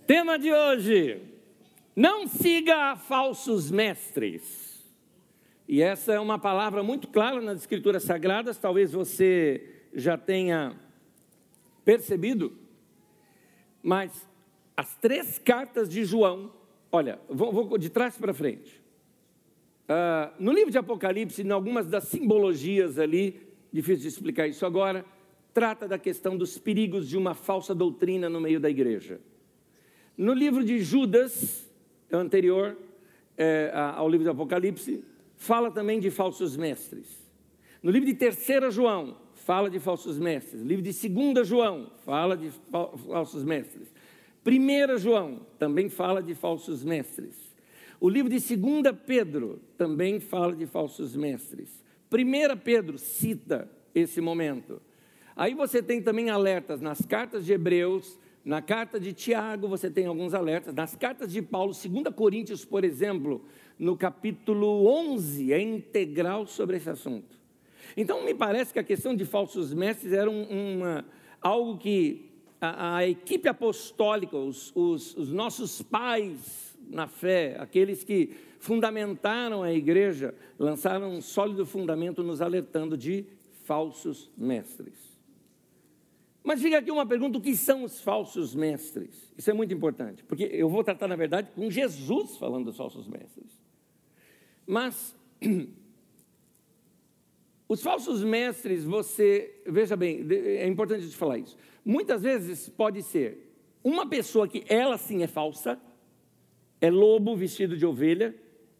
Tema de hoje: não siga falsos mestres. E essa é uma palavra muito clara nas Escrituras Sagradas, talvez você já tenha percebido, mas as 3 cartas de João, olha, vou de trás para frente. No livro de Apocalipse, em algumas das simbologias ali, difícil de explicar isso agora, trata da questão dos perigos de uma falsa doutrina no meio da igreja. No livro de Judas, anterior ao livro de Apocalipse, fala também de falsos mestres. No livro de 3 João, fala de falsos mestres. No livro de 2 João, fala de falsos mestres. 1 João também fala de falsos mestres. O livro de 2 Pedro também fala de falsos mestres. 1 Pedro cita esse momento. Aí você tem também alertas nas cartas de Hebreus, na carta de Tiago você tem alguns alertas, nas cartas de Paulo, 2 Coríntios, por exemplo, no capítulo 11, é integral sobre esse assunto. Então, me parece que a questão de falsos mestres era algo que a equipe apostólica, os nossos pais na fé, aqueles que fundamentaram a igreja, lançaram um sólido fundamento nos alertando de falsos mestres. Mas fica aqui uma pergunta: o que são os falsos mestres? Isso é muito importante, porque eu vou tratar, na verdade, com Jesus falando dos falsos mestres. Mas os falsos mestres, veja bem, é importante te falar isso. Muitas vezes pode ser uma pessoa que ela sim é falsa, é lobo vestido de ovelha,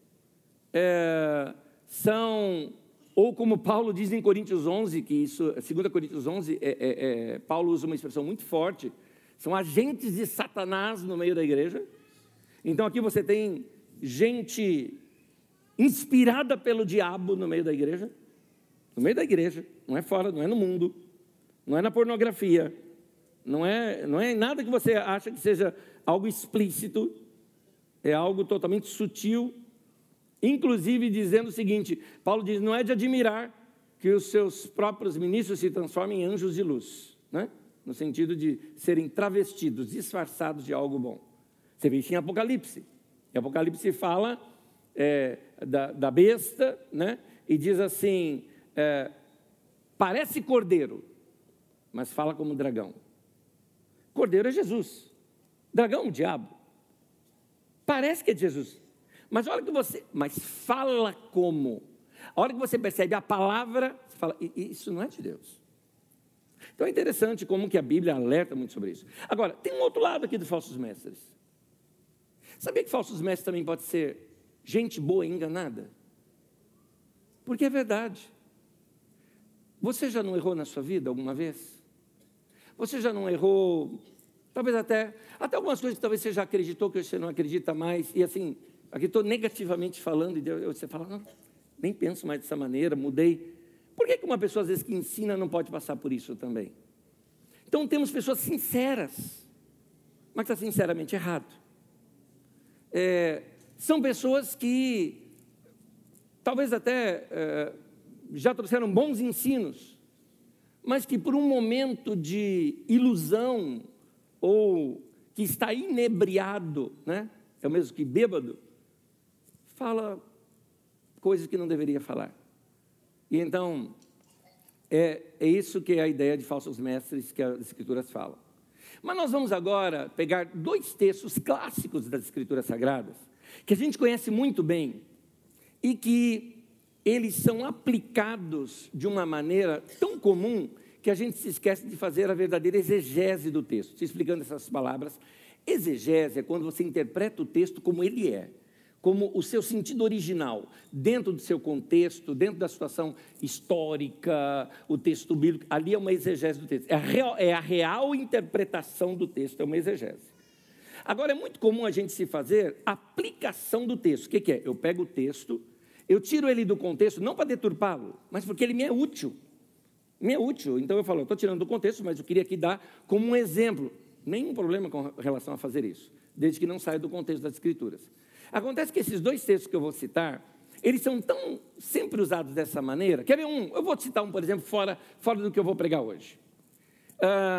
ou como Paulo diz em Coríntios 11, que isso, 2 Coríntios 11, Paulo usa uma expressão muito forte, são agentes de Satanás no meio da igreja. Então aqui você tem gente inspirada pelo diabo no meio da igreja, não é fora, não é no mundo, não é na pornografia, não é nada que você acha que seja algo explícito, é algo totalmente sutil. Inclusive dizendo o seguinte, Paulo diz, não é de admirar que os seus próprios ministros se transformem em anjos de luz, né? No sentido de serem travestidos, disfarçados de algo bom. Você vê isso em Apocalipse. E Apocalipse fala da besta, né? E diz assim, parece cordeiro, mas fala como dragão. Cordeiro é Jesus, dragão é o diabo. Parece que é Jesus. Mas mas fala como? A hora que você percebe a palavra, você fala, isso não é de Deus. Então é interessante como que a Bíblia alerta muito sobre isso. Agora, tem um outro lado aqui dos falsos mestres. Sabia que falsos mestres também pode ser gente boa e enganada? Porque é verdade. Você já não errou na sua vida alguma vez? Você já não errou, talvez até algumas coisas que talvez você já acreditou que você não acredita mais, e assim, aqui estou negativamente falando, e você fala, não, nem penso mais dessa maneira, mudei. Por que uma pessoa, às vezes, que ensina não pode passar por isso também? Então, temos pessoas sinceras, mas está sinceramente errado. São pessoas que, talvez até, já trouxeram bons ensinos, mas que por um momento de ilusão, ou que está inebriado, né? É o mesmo que bêbado, fala coisas que não deveria falar. E então, é isso que é a ideia de falsos mestres que as Escrituras falam. Mas nós vamos agora pegar 2 textos clássicos das Escrituras Sagradas, que a gente conhece muito bem, e que eles são aplicados de uma maneira tão comum, que a gente se esquece de fazer a verdadeira exegese do texto. Explicando essas palavras, exegese é quando você interpreta o texto como ele é, como o seu sentido original, dentro do seu contexto, dentro da situação histórica, o texto bíblico, ali é uma exegese do texto. É a real interpretação do texto, é uma exegese. Agora, é muito comum a gente se fazer aplicação do texto. O que é? Eu pego o texto, eu tiro ele do contexto, não para deturpá-lo, mas porque ele me é útil. Me é útil, então eu falo, estou tirando do contexto, mas eu queria aqui dar como um exemplo. Nenhum problema com relação a fazer isso, desde que não saia do contexto das Escrituras. Acontece que esses 2 textos que eu vou citar, eles são tão sempre usados dessa maneira. Quer ver um? Eu vou citar um, por exemplo, fora do que eu vou pregar hoje.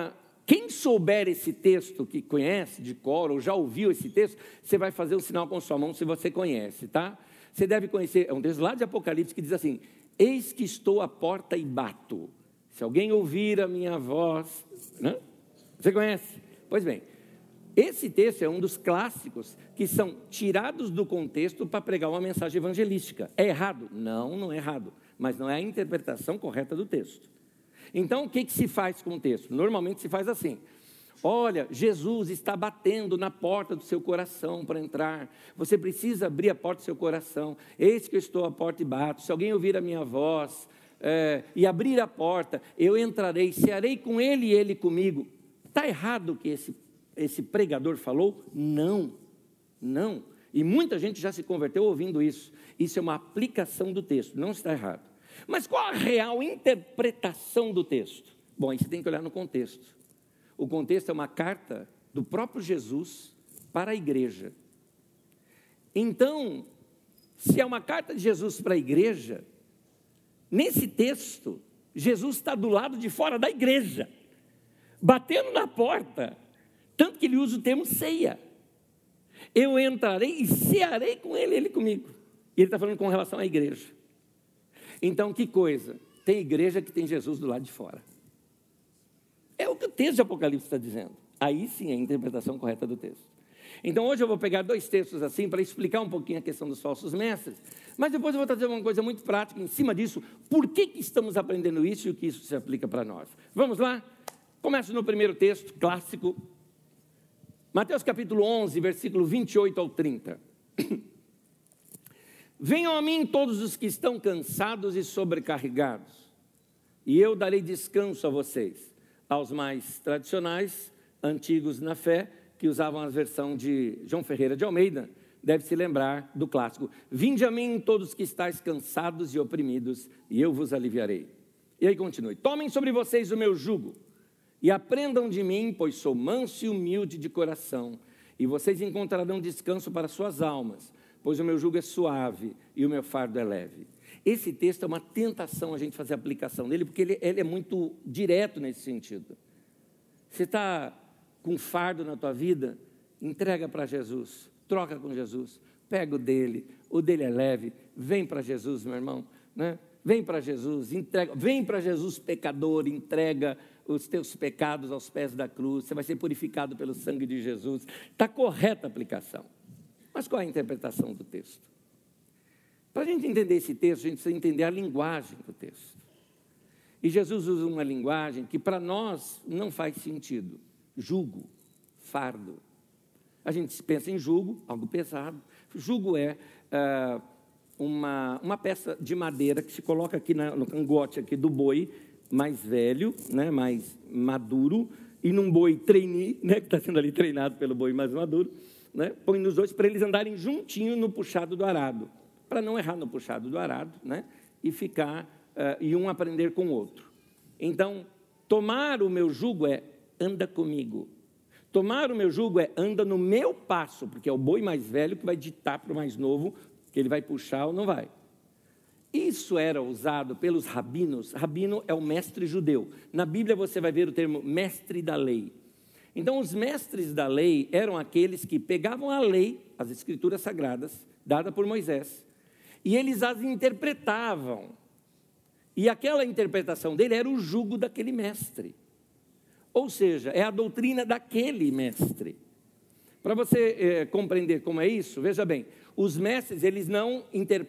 Quem souber esse texto, que conhece de cor ou já ouviu esse texto, você vai fazer um sinal com sua mão se você conhece, tá? Você deve conhecer, é um texto lá de Apocalipse que diz assim: eis que estou à porta e bato. Se alguém ouvir a minha voz, né? Você conhece? Pois bem, esse texto é um dos clássicos que são tirados do contexto para pregar uma mensagem evangelística. É errado? Não, não é errado, mas não é a interpretação correta do texto. Então, o que se faz com o texto? Normalmente se faz assim: olha, Jesus está batendo na porta do seu coração para entrar. Você precisa abrir a porta do seu coração. Eis que eu estou à porta e bato. Se alguém ouvir a minha voz e abrir a porta, eu entrarei, cearei com ele e ele comigo. Está errado o que esse pregador falou? Não, não. E muita gente já se converteu ouvindo isso. Isso é uma aplicação do texto, não está errado. Mas qual a real interpretação do texto? Bom, aí você tem que olhar no contexto. O contexto é uma carta do próprio Jesus para a igreja. Então, se é uma carta de Jesus para a igreja, nesse texto, Jesus está do lado de fora da igreja, batendo na porta, tanto que ele usa o termo ceia. Eu entrarei e cearei com ele, ele comigo. E ele está falando com relação à igreja. Então, que coisa, tem igreja que tem Jesus do lado de fora. É o que o texto de Apocalipse está dizendo. Aí sim é a interpretação correta do texto. Então hoje eu vou pegar 2 textos assim para explicar um pouquinho a questão dos falsos mestres, mas depois eu vou trazer uma coisa muito prática em cima disso. Por que estamos aprendendo isso e o que isso se aplica para nós? Vamos lá? Começo no primeiro texto clássico, Mateus capítulo 11, versículo 28 ao 30. Venham a mim todos os que estão cansados e sobrecarregados, e eu darei descanso a vocês. Aos mais tradicionais, antigos na fé, que usavam a versão de João Ferreira de Almeida, deve se lembrar do clássico: vinde a mim todos que estáis cansados e oprimidos, e eu vos aliviarei. E aí continue: tomem sobre vocês o meu jugo, e aprendam de mim, pois sou manso e humilde de coração, e vocês encontrarão descanso para suas almas, pois o meu jugo é suave e o meu fardo é leve. Esse texto é uma tentação a gente fazer aplicação nele, porque ele é muito direto nesse sentido. Você está com fardo na tua vida, entrega para Jesus, troca com Jesus, pega o dele é leve, vem para Jesus, meu irmão, né? Vem para Jesus, entrega, vem para Jesus pecador, entrega os teus pecados aos pés da cruz, você vai ser purificado pelo sangue de Jesus. Está correta a aplicação. Mas qual é a interpretação do texto? Para a gente entender esse texto, a gente precisa entender a linguagem do texto. E Jesus usa uma linguagem que para nós não faz sentido. Jugo, fardo. A gente pensa em jugo, algo pesado. Jugo é uma peça de madeira que se coloca aqui no cangote aqui do boi mais velho, né, mais maduro, e num boi trainee, né, que está sendo ali treinado pelo boi mais maduro, né, põe nos dois para eles andarem juntinho no puxado do arado, para não errar no puxado do arado, né, e ficar, e um aprender com o outro. Então, tomar o meu jugo é anda comigo. Tomar o meu jugo é anda no meu passo, porque é o boi mais velho que vai ditar para o mais novo que ele vai puxar ou não vai. Isso era usado pelos rabinos. Rabino é o mestre judeu. Na Bíblia você vai ver o termo mestre da lei. Então, os mestres da lei eram aqueles que pegavam a lei, as escrituras sagradas, dada por Moisés, e eles as interpretavam. E aquela interpretação dele era o jugo daquele mestre. Ou seja, é a doutrina daquele mestre. Para você compreender como é isso, veja bem, os mestres, eles não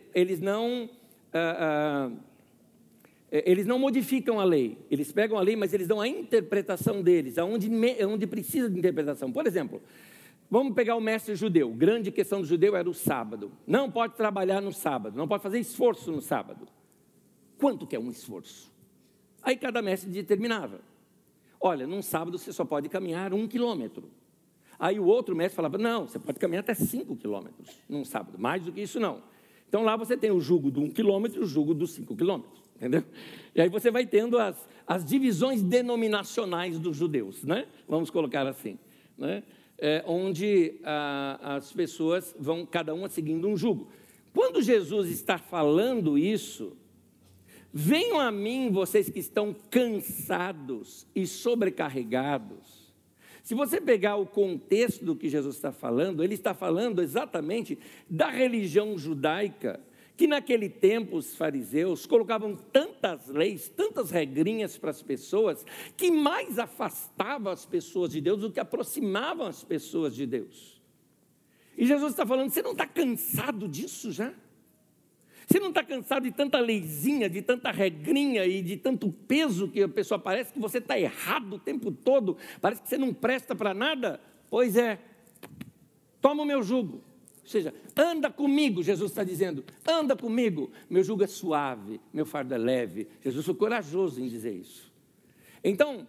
modificam a lei, eles pegam a lei, mas eles dão a interpretação deles, onde precisa de interpretação. Por exemplo, vamos pegar o mestre judeu. Grande questão do judeu era o sábado. Não pode trabalhar no sábado, não pode fazer esforço no sábado. Quanto que é um esforço? Aí cada mestre determinava. Olha, num sábado você só pode caminhar 1 quilômetro. Aí o outro mestre falava, não, você pode caminhar até 5 quilômetros num sábado, mais do que isso não. Então lá você tem o jugo do 1 quilômetro e o jugo dos 5 quilômetros, entendeu? E aí você vai tendo as divisões denominacionais dos judeus, né? Vamos colocar assim, né? Onde as pessoas vão cada uma seguindo um jugo. Quando Jesus está falando isso, venham a mim vocês que estão cansados e sobrecarregados. Se você pegar o contexto do que Jesus está falando, ele está falando exatamente da religião judaica, que naquele tempo os fariseus colocavam tantas leis, tantas regrinhas para as pessoas, que mais afastavam as pessoas de Deus do que aproximavam as pessoas de Deus. E Jesus está falando, você não está cansado disso já? Você não está cansado de tanta leizinha, de tanta regrinha e de tanto peso que a pessoa parece que você está errado o tempo todo, parece que você não presta para nada? Pois é, toma o meu jugo. Ou seja, anda comigo, Jesus está dizendo, anda comigo, meu jugo é suave, meu fardo é leve. Jesus foi corajoso em dizer isso. Então,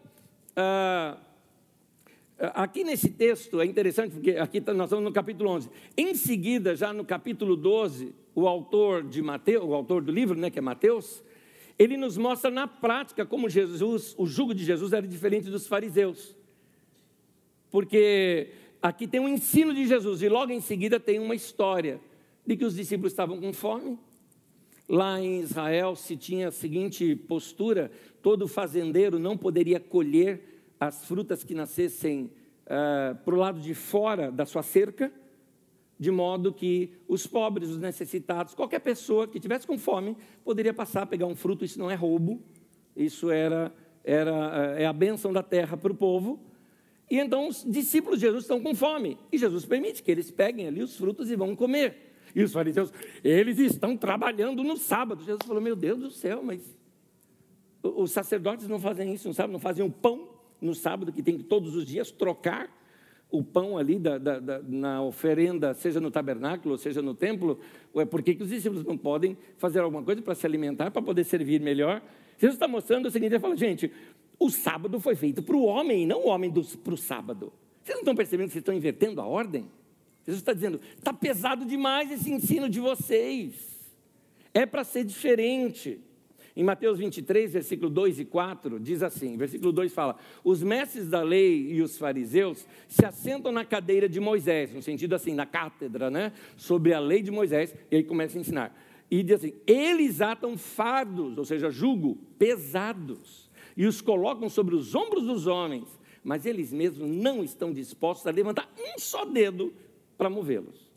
aqui nesse texto é interessante, porque aqui nós estamos no capítulo 11. Em seguida, já no capítulo 12, o autor do livro, né, que é Mateus, ele nos mostra na prática como o jugo de Jesus era diferente dos fariseus. Porque aqui tem um ensino de Jesus e logo em seguida tem uma história de que os discípulos estavam com fome. Lá em Israel se tinha a seguinte postura, todo fazendeiro não poderia colher as frutas que nascessem para o lado de fora da sua cerca, de modo que os pobres, os necessitados, qualquer pessoa que estivesse com fome, poderia passar a pegar um fruto. Isso não é roubo, isso é a bênção da terra para o povo. E então os discípulos de Jesus estão com fome, e Jesus permite que eles peguem ali os frutos e vão comer. E os fariseus, eles estão trabalhando no sábado. Jesus falou, meu Deus do céu, mas os sacerdotes não fazem isso, não fazem o pão no sábado, que tem que todos os dias trocar o pão ali na oferenda, seja no tabernáculo, seja no templo. Por que os discípulos não podem fazer alguma coisa para se alimentar, para poder servir melhor? Jesus está mostrando o seguinte, ele fala, gente, o sábado foi feito para o homem, e não o homem para o sábado. Vocês não estão percebendo que vocês estão invertendo a ordem? Jesus está dizendo, está pesado demais esse ensino de vocês. É para ser diferente. Em Mateus 23, versículo 2 e 4, diz assim, versículo 2 fala, os mestres da lei e os fariseus se assentam na cadeira de Moisés, no sentido assim, na cátedra, né, sobre a lei de Moisés, e aí começa a ensinar. E diz assim, eles atam fardos, ou seja, jugo, pesados, e os colocam sobre os ombros dos homens, mas eles mesmos não estão dispostos a levantar um só dedo para movê-los.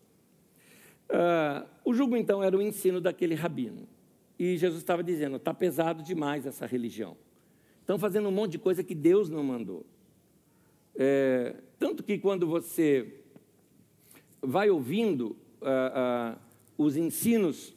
O jugo, então, era o ensino daquele rabino. E Jesus estava dizendo, está pesado demais essa religião. Estão fazendo um monte de coisa que Deus não mandou. Tanto que quando você vai ouvindo os ensinos,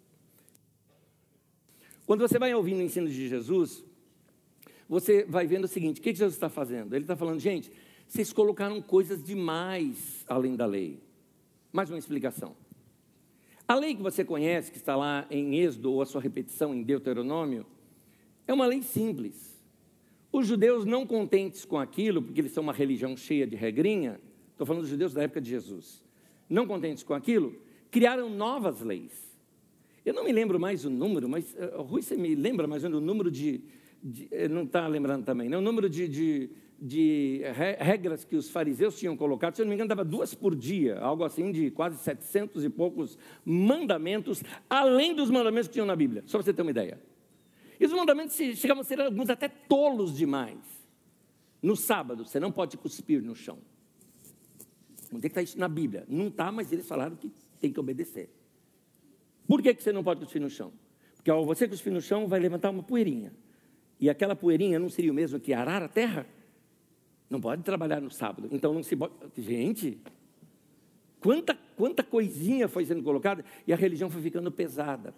quando você vai ouvindo o ensino de Jesus, você vai vendo o seguinte, o que Jesus está fazendo? Ele está falando, gente, vocês colocaram coisas demais além da lei. Mais uma explicação. A lei que você conhece, que está lá em Êxodo, ou a sua repetição em Deuteronômio, é uma lei simples. Os judeus não contentes com aquilo, porque eles são uma religião cheia de regrinha, estou falando dos judeus da época de Jesus, não contentes com aquilo, criaram novas leis. Eu não me lembro mais o número, mas, Rui, você me lembra mais ou menos o número não está lembrando também, né? O número de regras que os fariseus tinham colocado, se eu não me engano, dava 2 por dia, algo assim de quase 700 e poucos mandamentos, além dos mandamentos que tinham na Bíblia, só para você ter uma ideia. E os mandamentos chegavam a ser alguns até tolos demais. No sábado, você não pode cuspir no chão. Onde é que está isso na Bíblia? Não está, mas eles falaram que tem que obedecer. Por que você não pode cuspir no chão? Porque ao você cuspir no chão, vai levantar uma poeirinha. E aquela poeirinha não seria o mesmo que arar a terra? Não pode trabalhar no sábado. Então não se pode... Gente, quanta coisinha foi sendo colocada e a religião foi ficando pesada.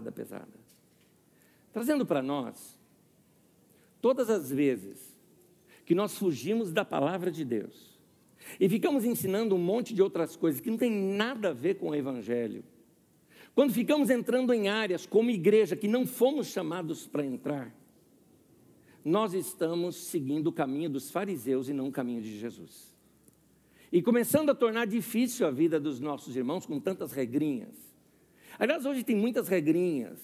Trazendo para nós, todas as vezes que nós fugimos da palavra de Deus e ficamos ensinando um monte de outras coisas que não tem nada a ver com o Evangelho, quando ficamos entrando em áreas como igreja que não fomos chamados para entrar, nós estamos seguindo o caminho dos fariseus e não o caminho de Jesus. E começando a tornar difícil a vida dos nossos irmãos com tantas regrinhas. Aliás, hoje tem muitas regrinhas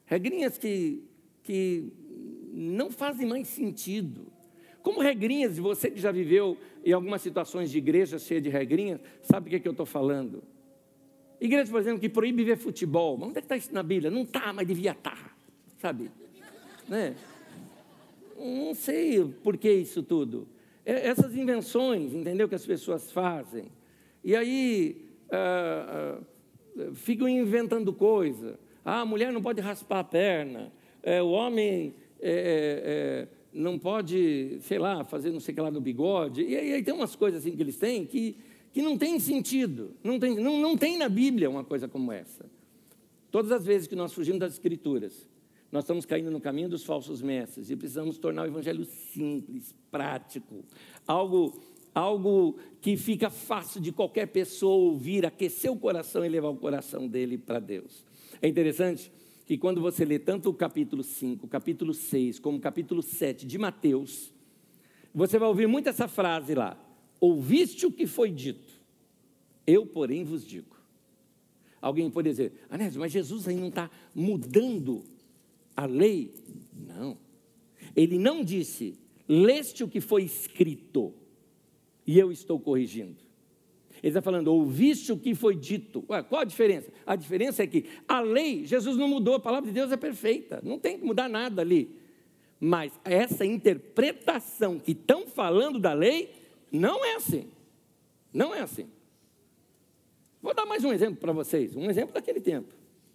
que não fazem mais sentido. Como regrinhas, de você que já viveu em algumas situações de igreja cheia de regrinhas, sabe o que eu estou falando? Igreja, por exemplo, que proíbe ver futebol. Mas onde é que está isso na Bíblia? Não está, mas devia estar. sabe? Né? Não sei por que isso tudo. Essas invenções, entendeu, que as pessoas fazem. E aí ficam inventando coisa. A mulher não pode raspar a perna. O homem não pode, sei lá, fazer não sei o que lá no bigode. E aí tem umas coisas assim que eles têm que não tem sentido. Não tem na Bíblia uma coisa como essa. Todas as vezes que nós fugimos das Escrituras, nós estamos caindo no caminho dos falsos mestres e precisamos tornar o evangelho simples, prático, algo que fica fácil de qualquer pessoa ouvir, aquecer o coração e levar o coração dele para Deus. É interessante que quando você lê tanto o capítulo 5, o capítulo 6, como o capítulo 7 de Mateus, você vai ouvir muito essa frase lá: ouviste o que foi dito, eu, porém, vos digo. Alguém pode dizer: Anésio, mas Jesus aí não está mudando a lei? Não. Ele não disse: leste o que foi escrito e eu estou corrigindo. Ele está falando: ouviste o que foi dito. Ué, qual a diferença? A diferença é que a lei, Jesus não mudou, a palavra de Deus é perfeita, não tem que mudar nada ali. Mas essa interpretação que estão falando da lei, não é assim. Não é assim. Vou dar mais um exemplo para vocês, um exemplo daquele tempo.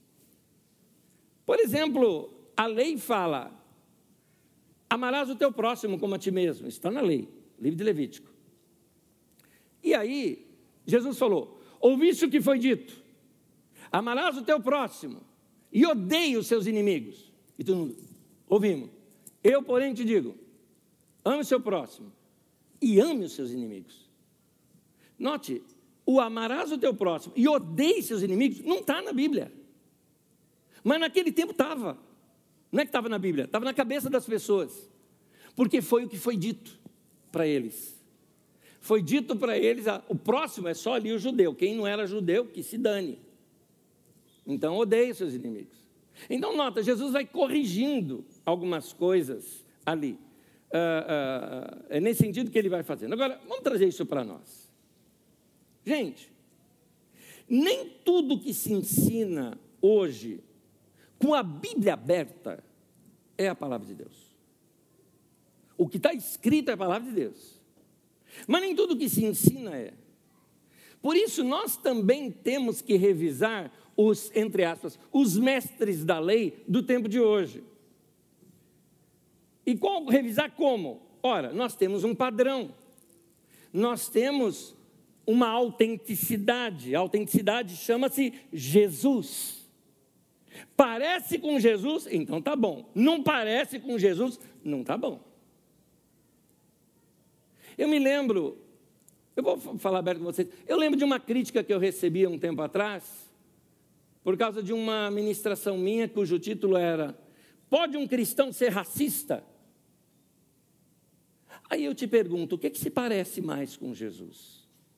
Por exemplo, a lei fala: amarás o teu próximo como a ti mesmo. Está na lei, livro de Levítico. E aí, Jesus falou: ouviste o que foi dito, amarás o teu próximo e odeie os seus inimigos. E todo mundo: ouvimos. Eu, porém, te digo: ame o seu próximo e ame os seus inimigos. Note, o amarás o teu próximo e odeie seus inimigos não está na Bíblia. Mas naquele tempo estava. Não é que estava na Bíblia, estava na cabeça das pessoas. Porque foi o que foi dito para eles. Foi dito para eles: o próximo é só ali o judeu. Quem não era judeu, que se dane. Então, odeie seus inimigos. Então, nota, Jesus vai corrigindo algumas coisas ali. É nesse sentido que ele vai fazendo. Agora, vamos trazer isso para nós. Gente, nem tudo que se ensina hoje, com a Bíblia aberta, é a palavra de Deus. O que está escrito é a palavra de Deus. Mas nem tudo que se ensina é. Por isso, nós também temos que revisar entre aspas, os mestres da lei do tempo de hoje. E revisar como? Ora, nós temos um padrão. Nós temos uma autenticidade. A autenticidade chama-se Jesus. Parece com Jesus? Então tá bom. Não parece com Jesus? Não tá bom. Eu me lembro, eu vou falar aberto com vocês, eu lembro de uma crítica que eu recebi há um tempo atrás, por causa de uma ministração minha, cujo título era: pode um cristão ser racista? Aí eu te pergunto, o que se parece mais com Jesus?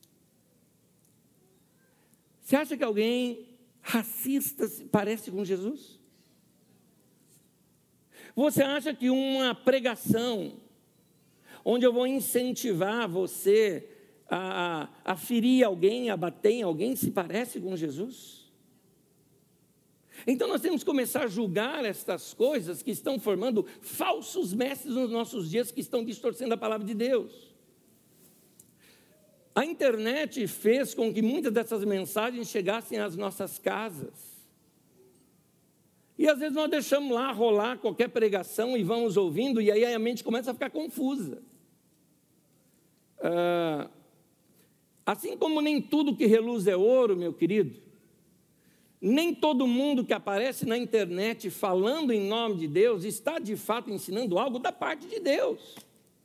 Você acha que alguém racista se parece com Jesus? Você acha que uma pregação, onde eu vou incentivar você a ferir alguém, a bater em alguém, se parece com Jesus? Então nós temos que começar a julgar estas coisas que estão formando falsos mestres nos nossos dias, que estão distorcendo a palavra de Deus. A internet fez com que muitas dessas mensagens chegassem às nossas casas. E às vezes nós deixamos lá rolar qualquer pregação e vamos ouvindo, e aí a mente começa a ficar confusa. Assim como nem tudo que reluz é ouro, meu querido, nem todo mundo que aparece na internet falando em nome de Deus está de fato ensinando algo da parte de Deus.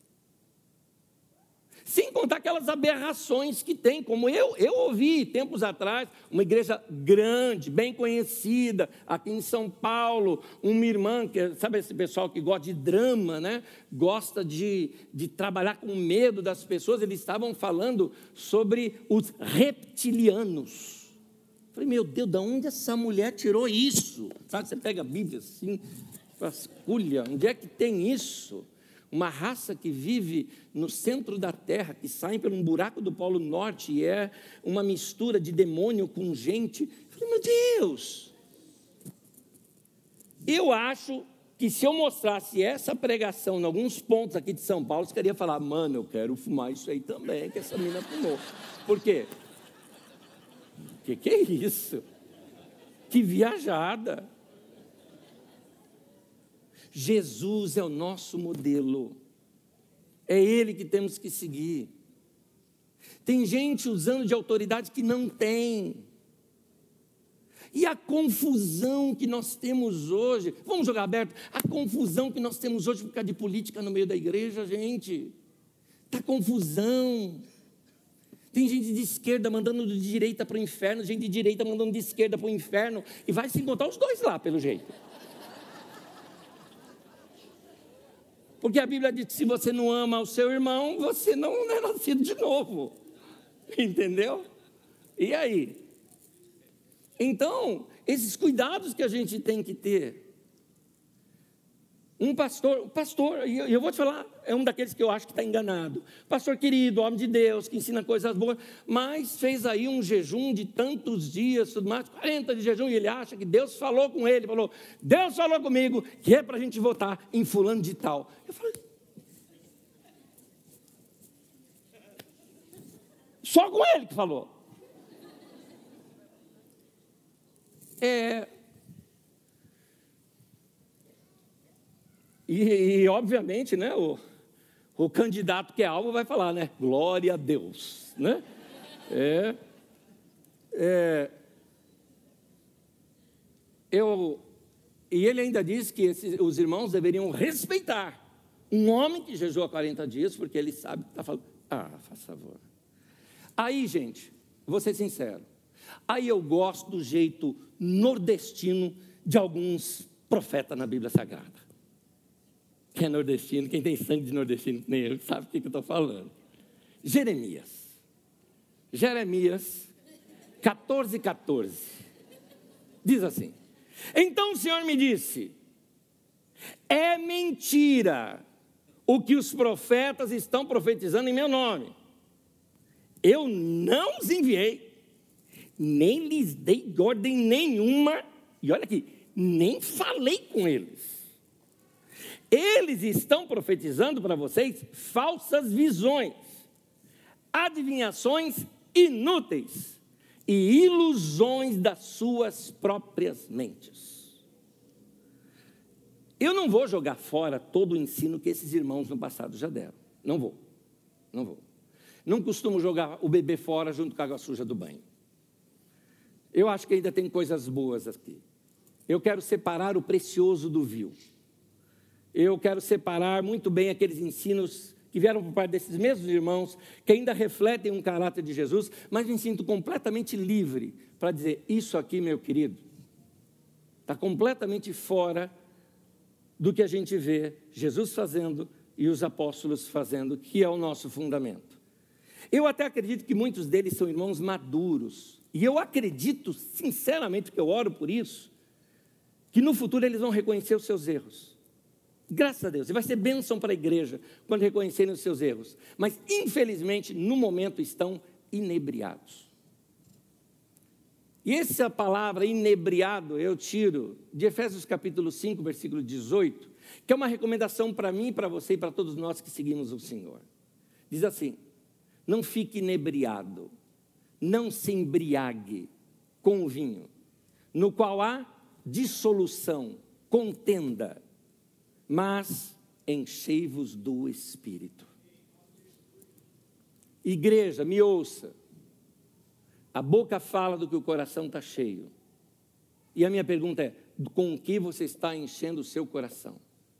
Sem contar aquelas aberrações que tem, como eu ouvi tempos atrás, uma igreja grande, bem conhecida, aqui em São Paulo, uma irmã, sabe esse pessoal que gosta de drama, né? Gosta de trabalhar com medo das pessoas, eles estavam falando sobre os reptilianos. Falei, meu Deus, de onde essa mulher tirou isso? Sabe, você pega a Bíblia assim, vasculha, onde é que tem isso? Uma raça que vive no centro da terra, que sai por um buraco do Polo Norte e é uma mistura de demônio com gente. Eu falei, meu Deus! Eu acho que se eu mostrasse essa pregação em alguns pontos aqui de São Paulo, você queria falar, mano, eu quero fumar isso aí também, que essa menina fumou. Por quê? Que é isso? Que viajada. Jesus é o nosso modelo. É Ele que temos que seguir. Tem gente usando de autoridade que não tem. E a confusão que nós temos hoje, vamos jogar aberto, a confusão que nós temos hoje por causa de política no meio da igreja, gente, está confusão. Tem gente de esquerda mandando de direita para o inferno, gente de direita mandando de esquerda para o inferno, e vai se encontrar os dois lá, pelo jeito. Porque a Bíblia diz que se você não ama o seu irmão, você não é nascido de novo, entendeu? E aí? Então, esses cuidados que a gente tem que ter. Um pastor, e eu vou te falar, é um daqueles que eu acho que está enganado. Pastor querido, homem de Deus, que ensina coisas boas, mas fez aí um jejum de tantos dias, tudo mais, 40 de jejum, e ele acha que Deus falou com ele, falou, Deus falou comigo, que é para a gente votar em fulano de tal. Eu falei, só com ele que falou. E obviamente, né, o candidato que é alvo vai falar, né, glória a Deus, né? E ele ainda diz que os irmãos deveriam respeitar um homem que jejua 40 dias, porque ele sabe que está falando, faz favor. Aí, gente, vou ser sincero, aí eu gosto do jeito nordestino de alguns profetas na Bíblia Sagrada. Quem é nordestino, quem tem sangue de nordestino, nem eu, sabe o que eu estou falando. Jeremias 14:14, diz assim, então o Senhor me disse, é mentira o que os profetas estão profetizando em meu nome. Eu não os enviei, nem lhes dei ordem nenhuma, e olha aqui, nem falei com eles. Eles estão profetizando para vocês falsas visões, adivinhações inúteis e ilusões das suas próprias mentes. Eu não vou jogar fora todo o ensino que esses irmãos no passado já deram. Não vou. Não costumo jogar o bebê fora junto com a água suja do banho. Eu acho que ainda tem coisas boas aqui. Eu quero separar o precioso do vil. Eu quero separar muito bem aqueles ensinos que vieram por parte desses mesmos irmãos, que ainda refletem um caráter de Jesus, mas me sinto completamente livre para dizer, isso aqui, meu querido, está completamente fora do que a gente vê Jesus fazendo e os apóstolos fazendo, que é o nosso fundamento. Eu até acredito que muitos deles são irmãos maduros, e eu acredito, sinceramente, que eu oro por isso, que no futuro eles vão reconhecer os seus erros. Graças a Deus, e vai ser bênção para a igreja quando reconhecerem os seus erros. Mas, infelizmente, no momento estão inebriados. E essa palavra inebriado eu tiro de Efésios capítulo 5, versículo 18, que é uma recomendação para mim, para você e para todos nós que seguimos o Senhor. Diz assim, não fique inebriado, não se embriague com o vinho, no qual há dissolução, contenda, mas enchei-vos do Espírito. Igreja, me ouça. A boca fala do que o coração está cheio. E a minha pergunta é, com o que você está enchendo o seu coração?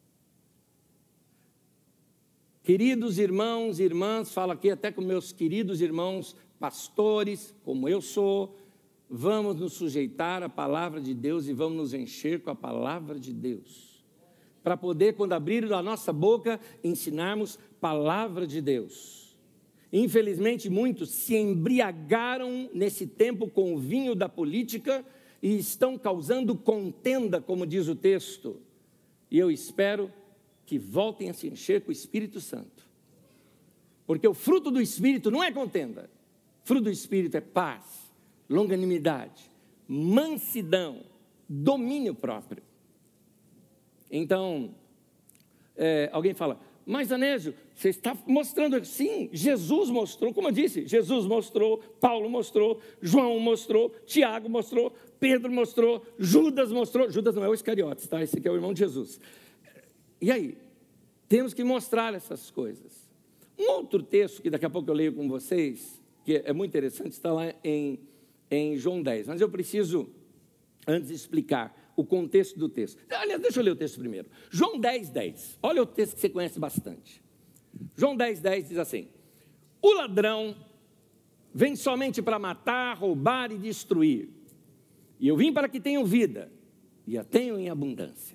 Queridos irmãos e irmãs, falo aqui até com meus queridos irmãos pastores, como eu sou, vamos nos sujeitar à palavra de Deus e vamos nos encher com a palavra de Deus. Para poder, quando abrir a nossa boca, ensinarmos palavra de Deus. Infelizmente, muitos se embriagaram nesse tempo com o vinho da política e estão causando contenda, como diz o texto. E eu espero que voltem a se encher com o Espírito Santo. Porque o fruto do Espírito não é contenda. O fruto do Espírito é paz, longanimidade, mansidão, domínio próprio. Então, alguém fala, mas Anésio, você está mostrando, sim, Jesus mostrou, como eu disse, Jesus mostrou, Paulo mostrou, João mostrou, Tiago mostrou, Pedro mostrou, Judas mostrou, Judas não é o Iscariotes, tá? Esse aqui é o irmão de Jesus. E aí, temos que mostrar essas coisas. Um outro texto, que daqui a pouco eu leio com vocês, que é muito interessante, está lá em João 10, mas eu preciso, antes, explicar o contexto do texto. Aliás, deixa eu ler o texto primeiro. João 10, 10. Olha o texto que você conhece bastante. João 10, 10 diz assim: o ladrão vem somente para matar, roubar e destruir. E eu vim para que tenham vida, e a tenham em abundância.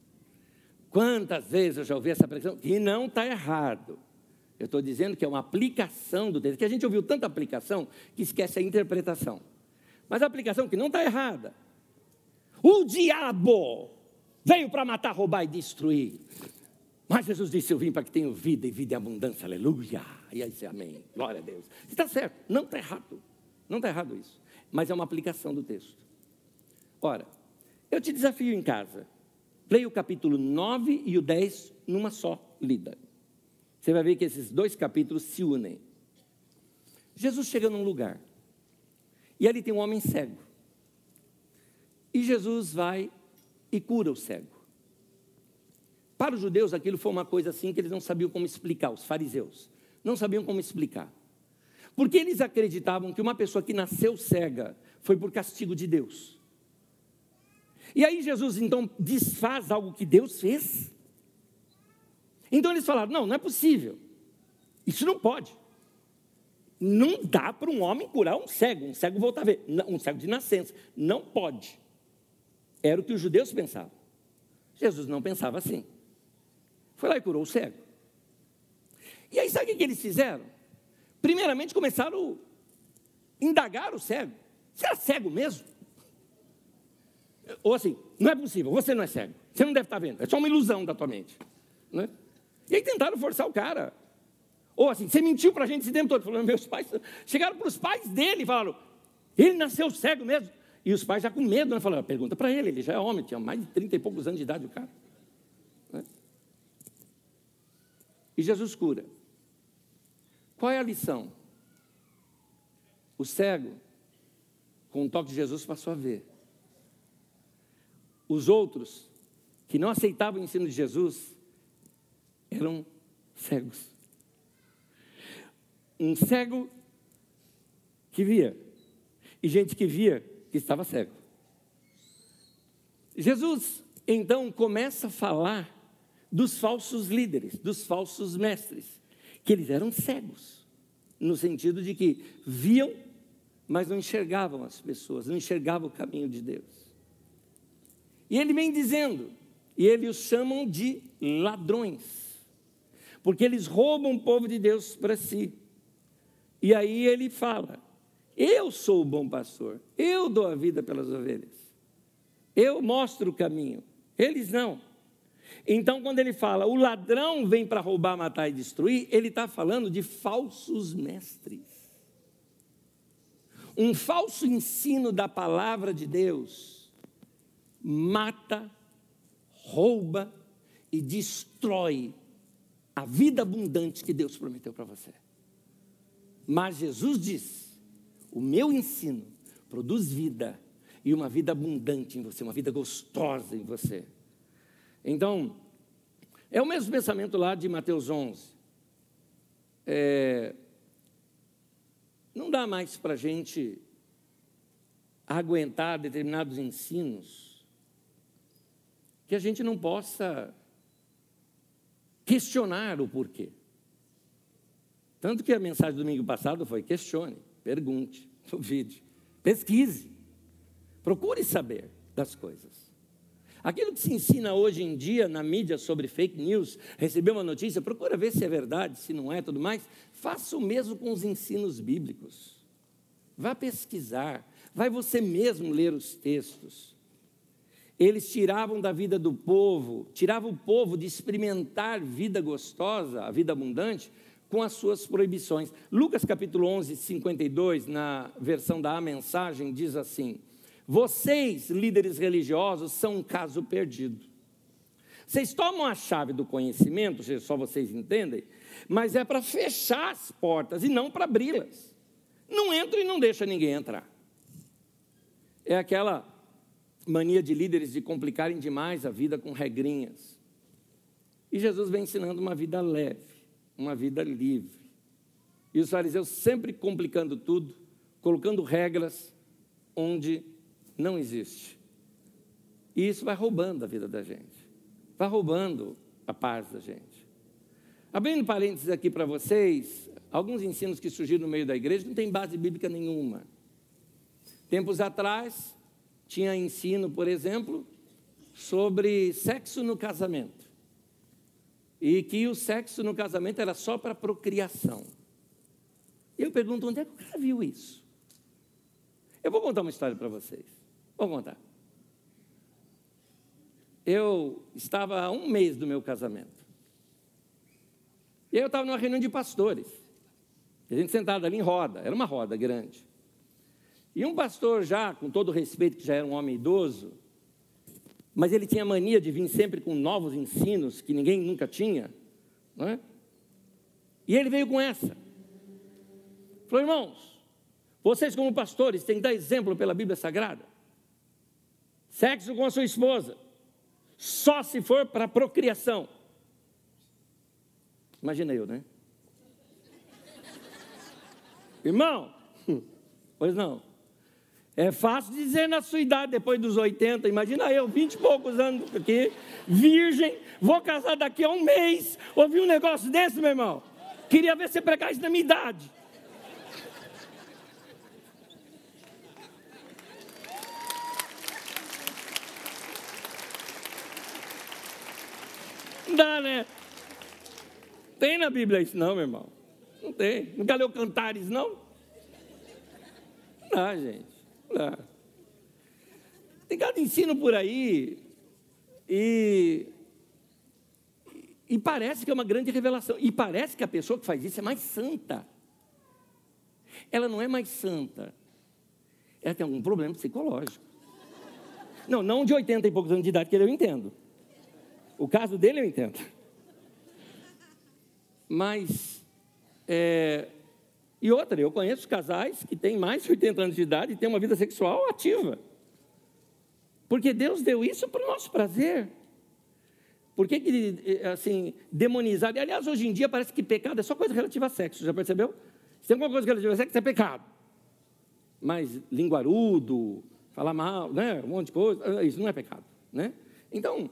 Quantas vezes eu já ouvi essa pregação? E não está errado. Eu estou dizendo que é uma aplicação do texto, que a gente ouviu tanta aplicação que esquece a interpretação. Mas a aplicação que não está errada. O diabo veio para matar, roubar e destruir. Mas Jesus disse, eu vim para que tenham vida e vida em abundância, aleluia. E aí, amém, glória a Deus. Está certo, não está errado. Não está errado isso. Mas é uma aplicação do texto. Ora, eu te desafio em casa. Leia o capítulo 9 e o 10 numa só lida. Você vai ver que esses dois capítulos se unem. Jesus chega num lugar. E ali tem um homem cego. E Jesus vai e cura o cego. Para os judeus, aquilo foi uma coisa assim que eles não sabiam como explicar, os fariseus. Não sabiam como explicar. Porque eles acreditavam que uma pessoa que nasceu cega foi por castigo de Deus. E aí Jesus, então, desfaz algo que Deus fez. Então eles falaram, não é possível. Isso não pode. Não dá para um homem curar um cego voltar a ver, um cego de nascença. Não pode. Era o que os judeus pensavam. Jesus não pensava assim. Foi lá e curou o cego. E aí sabe o que eles fizeram? Primeiramente começaram a indagar o cego. Você era cego mesmo? Ou assim, não é possível, você não é cego. Você não deve estar vendo, é só uma ilusão da tua mente. Né? E aí tentaram forçar o cara. Ou assim, você mentiu para a gente esse tempo todo. Falando, meus pais, chegaram para os pais dele e falaram, ele nasceu cego mesmo. E os pais já com medo, né? Falaram, pergunta para ele já é homem, tinha mais de 30 e poucos anos de idade o cara. Né? E Jesus cura. Qual é a lição? O cego, com o toque de Jesus, passou a ver. Os outros, que não aceitavam o ensino de Jesus, eram cegos. Um cego que via, e gente que via que estava cego. Jesus, então, começa a falar dos falsos líderes, dos falsos mestres, que eles eram cegos, no sentido de que viam, mas não enxergavam as pessoas, não enxergavam o caminho de Deus. E ele vem dizendo, e eles os chamam de ladrões, porque eles roubam o povo de Deus para si. E aí ele fala, eu sou o bom pastor, eu dou a vida pelas ovelhas, eu mostro o caminho, eles não. Então quando ele fala, o ladrão vem para roubar, matar e destruir, ele está falando de falsos mestres. Um falso ensino da palavra de Deus mata, rouba e destrói a vida abundante que Deus prometeu para você. Mas Jesus diz, o meu ensino produz vida, e uma vida abundante em você, uma vida gostosa em você. Então, é o mesmo pensamento lá de Mateus 11. Não dá mais para a gente aguentar determinados ensinos que a gente não possa questionar o porquê. Tanto que a mensagem do domingo passado foi, questione, pergunte, duvide, pesquise, procure saber das coisas. Aquilo que se ensina hoje em dia na mídia sobre fake news, receber uma notícia, procura ver se é verdade, se não é, tudo mais, faça o mesmo com os ensinos bíblicos. Vá pesquisar, vai você mesmo ler os textos. Eles tiravam da vida do povo, tiravam o povo de experimentar vida gostosa, a vida abundante, com as suas proibições. Lucas capítulo 11, 52, na versão da A Mensagem, diz assim, vocês, líderes religiosos, são um caso perdido. Vocês tomam a chave do conhecimento, só vocês entendem, mas é para fechar as portas e não para abri-las. Não entra e não deixa ninguém entrar. É aquela mania de líderes de complicarem demais a vida com regrinhas. E Jesus vem ensinando uma vida leve, uma vida livre. E os fariseus sempre complicando tudo, colocando regras onde não existe. E isso vai roubando a vida da gente. Vai roubando a paz da gente. Abrindo parênteses aqui para vocês, alguns ensinos que surgiram no meio da igreja não tem base bíblica nenhuma. Tempos atrás, tinha ensino, por exemplo, sobre sexo no casamento. E que o sexo no casamento era só para procriação. E eu pergunto, onde é que o cara viu isso? Eu vou contar uma história para vocês. Vou contar. Eu estava há 1 mês do meu casamento. E aí eu estava numa reunião de pastores. A gente sentado ali em roda, era uma roda grande. E um pastor já, com todo o respeito, que já era um homem idoso, mas ele tinha mania de vir sempre com novos ensinos que ninguém nunca tinha, não é? E ele veio com essa. Falou, irmãos, vocês como pastores têm que dar exemplo pela Bíblia Sagrada. Sexo com a sua esposa, só se for para procriação. Imagina eu, né? Irmão, pois não. É fácil dizer na sua idade, depois dos 80, imagina eu, 20 e poucos anos aqui, virgem, vou casar daqui a 1 mês, ouvi um negócio desse, meu irmão? Queria ver você pregar isso na minha idade. Não dá, né? Tem na Bíblia isso não, meu irmão? Não tem. Nunca leu Cantares, não? Não dá, gente. Não dá. Tem cada ensino por aí e parece que é uma grande revelação. E parece que a pessoa que faz isso é mais santa. Ela não é mais santa. Ela tem algum problema psicológico. Não de 80 e poucos anos de idade, que eu entendo. O caso dele eu entendo. Mas, e outra, eu conheço casais que têm mais de 80 anos de idade e têm uma vida sexual ativa. Porque Deus deu isso para o nosso prazer. Por que, assim, demonizar? E, aliás, hoje em dia parece que pecado é só coisa relativa a sexo, já percebeu? Se tem alguma coisa relativa a sexo, é pecado. Mas linguarudo, falar mal, né, um monte de coisa, isso não é pecado, né? Então,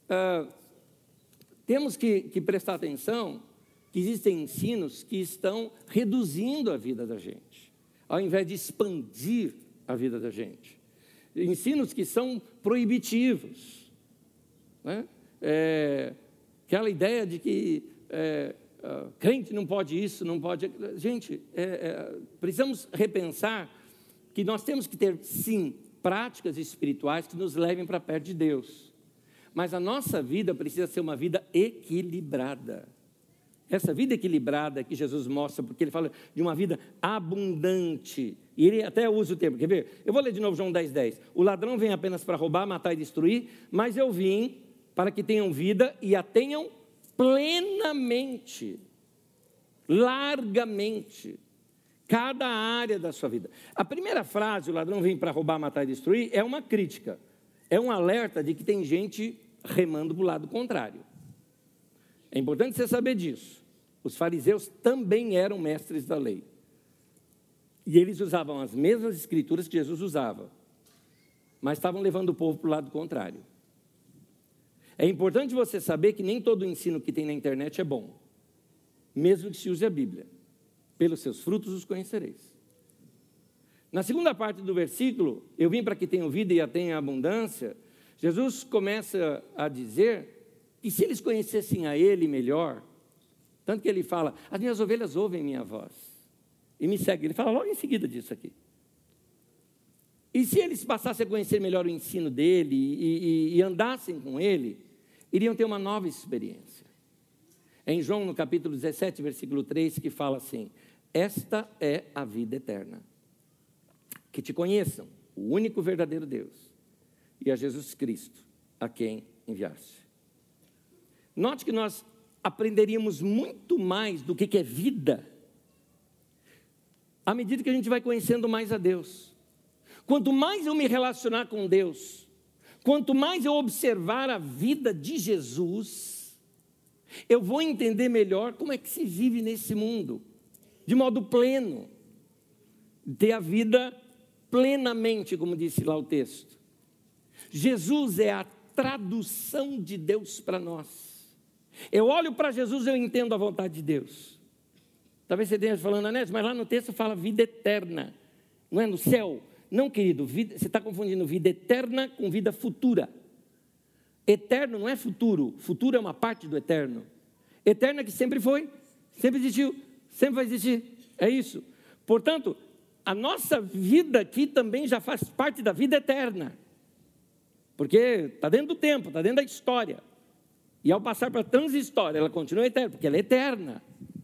temos que prestar atenção que existem ensinos que estão reduzindo a vida da gente, ao invés de expandir a vida da gente. Ensinos que são proibitivos, né? Aquela ideia de que crente não pode isso, não pode... Gente, precisamos repensar que nós temos que ter, sim, práticas espirituais que nos levem para perto de Deus. Mas a nossa vida precisa ser uma vida equilibrada. Essa vida equilibrada que Jesus mostra, porque ele fala de uma vida abundante. E ele até usa o termo, quer ver? Eu vou ler de novo João 10:10. O ladrão vem apenas para roubar, matar e destruir, mas eu vim para que tenham vida e a tenham plenamente, largamente, cada área da sua vida. A primeira frase, o ladrão vem para roubar, matar e destruir, é uma crítica, é um alerta de que tem gente remando para o lado contrário. É importante você saber disso. Os fariseus também eram mestres da lei. E eles usavam as mesmas escrituras que Jesus usava, mas estavam levando o povo para o lado contrário. É importante você saber que nem todo o ensino que tem na internet é bom, mesmo que se use a Bíblia. Pelos seus frutos os conhecereis. Na segunda parte do versículo, eu vim para que tenham vida e a tenham abundância, Jesus começa a dizer que se eles conhecessem a Ele melhor, tanto que Ele fala, as minhas ovelhas ouvem minha voz e me seguem. Ele fala logo em seguida disso aqui. E se eles passassem a conhecer melhor o ensino dEle e andassem com Ele, iriam ter uma nova experiência. É em João, no capítulo 17, versículo 3, que fala assim, esta é a vida eterna, que te conheçam, o único verdadeiro Deus, e a Jesus Cristo, a quem enviaste. Note que nós aprenderíamos muito mais do que é vida, à medida que a gente vai conhecendo mais a Deus. Quanto mais eu me relacionar com Deus, quanto mais eu observar a vida de Jesus, eu vou entender melhor como é que se vive nesse mundo, de modo pleno, ter a vida plenamente, como disse lá o texto. Jesus é a tradução de Deus para nós. Eu olho para Jesus e eu entendo a vontade de Deus. Talvez você esteja falando, Anésio, mas lá no texto fala vida eterna, não é no céu? Não, querido, você está confundindo vida eterna com vida futura. Eterno não é futuro, futuro é uma parte do eterno. Eterno é que sempre foi, sempre existiu, sempre vai existir, é isso. Portanto, a nossa vida aqui também já faz parte da vida eterna, porque está dentro do tempo, está dentro da história. E ao passar para a transhistória, ela continua eterna, porque ela é eterna.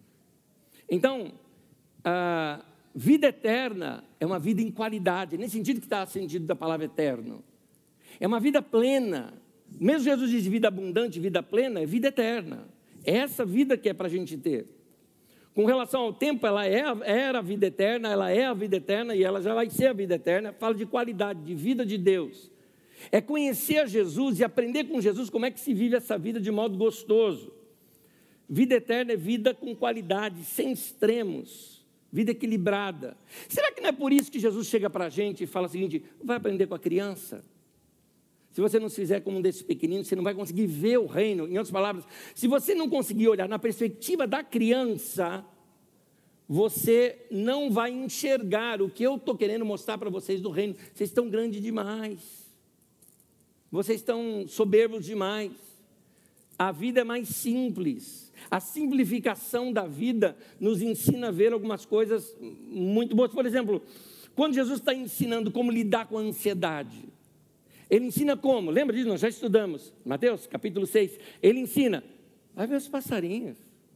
Então, a vida eterna é uma vida em qualidade, nesse sentido que está o sentido da palavra eterno. É uma vida plena. Mesmo Jesus diz vida abundante, vida plena, é vida eterna. É essa vida que é para a gente ter. Com relação ao tempo, ela era a vida eterna, ela é a vida eterna e ela já vai ser a vida eterna. Fala de qualidade, de vida de Deus. É conhecer a Jesus e aprender com Jesus como é que se vive essa vida de modo gostoso. Vida eterna é vida com qualidade, sem extremos, vida equilibrada. Será que não é por isso que Jesus chega para a gente e fala o seguinte: vai aprender com a criança? Se você não se fizer como um desses pequeninos, você não vai conseguir ver o reino. Em outras palavras, se você não conseguir olhar na perspectiva da criança, você não vai enxergar o que eu estou querendo mostrar para vocês do reino. Vocês estão grandes demais. Vocês estão soberbos demais. A vida é mais simples. A simplificação da vida nos ensina a ver algumas coisas muito boas. Por exemplo, quando Jesus está ensinando como lidar com a ansiedade, ele ensina como? Lembra disso? Nós já estudamos. Mateus, capítulo 6. Ele ensina, vai ver os passarinhos.